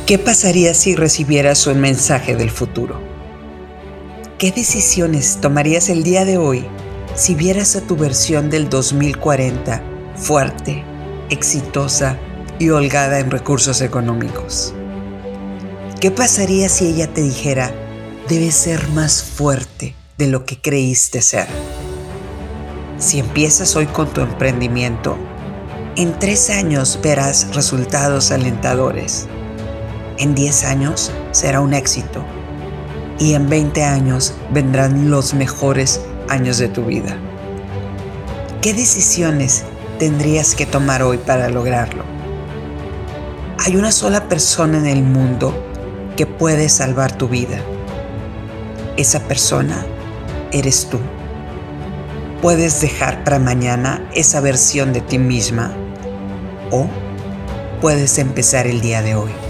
¿Qué pasaría si recibieras un mensaje del futuro? ¿Qué decisiones tomarías el día de hoy si vieras a tu versión del 2040 fuerte, exitosa y holgada en recursos económicos? ¿Qué pasaría si ella te dijera, debes ser más fuerte de lo que creíste ser? Si empiezas hoy con tu emprendimiento, en 3 años verás resultados alentadores. En 10 años será un éxito y en 20 años vendrán los mejores años de tu vida. ¿Qué decisiones tendrías que tomar hoy para lograrlo? Hay una sola persona en el mundo que puede salvar tu vida. Esa persona eres tú. Puedes dejar para mañana esa versión de ti misma o puedes empezar el día de hoy.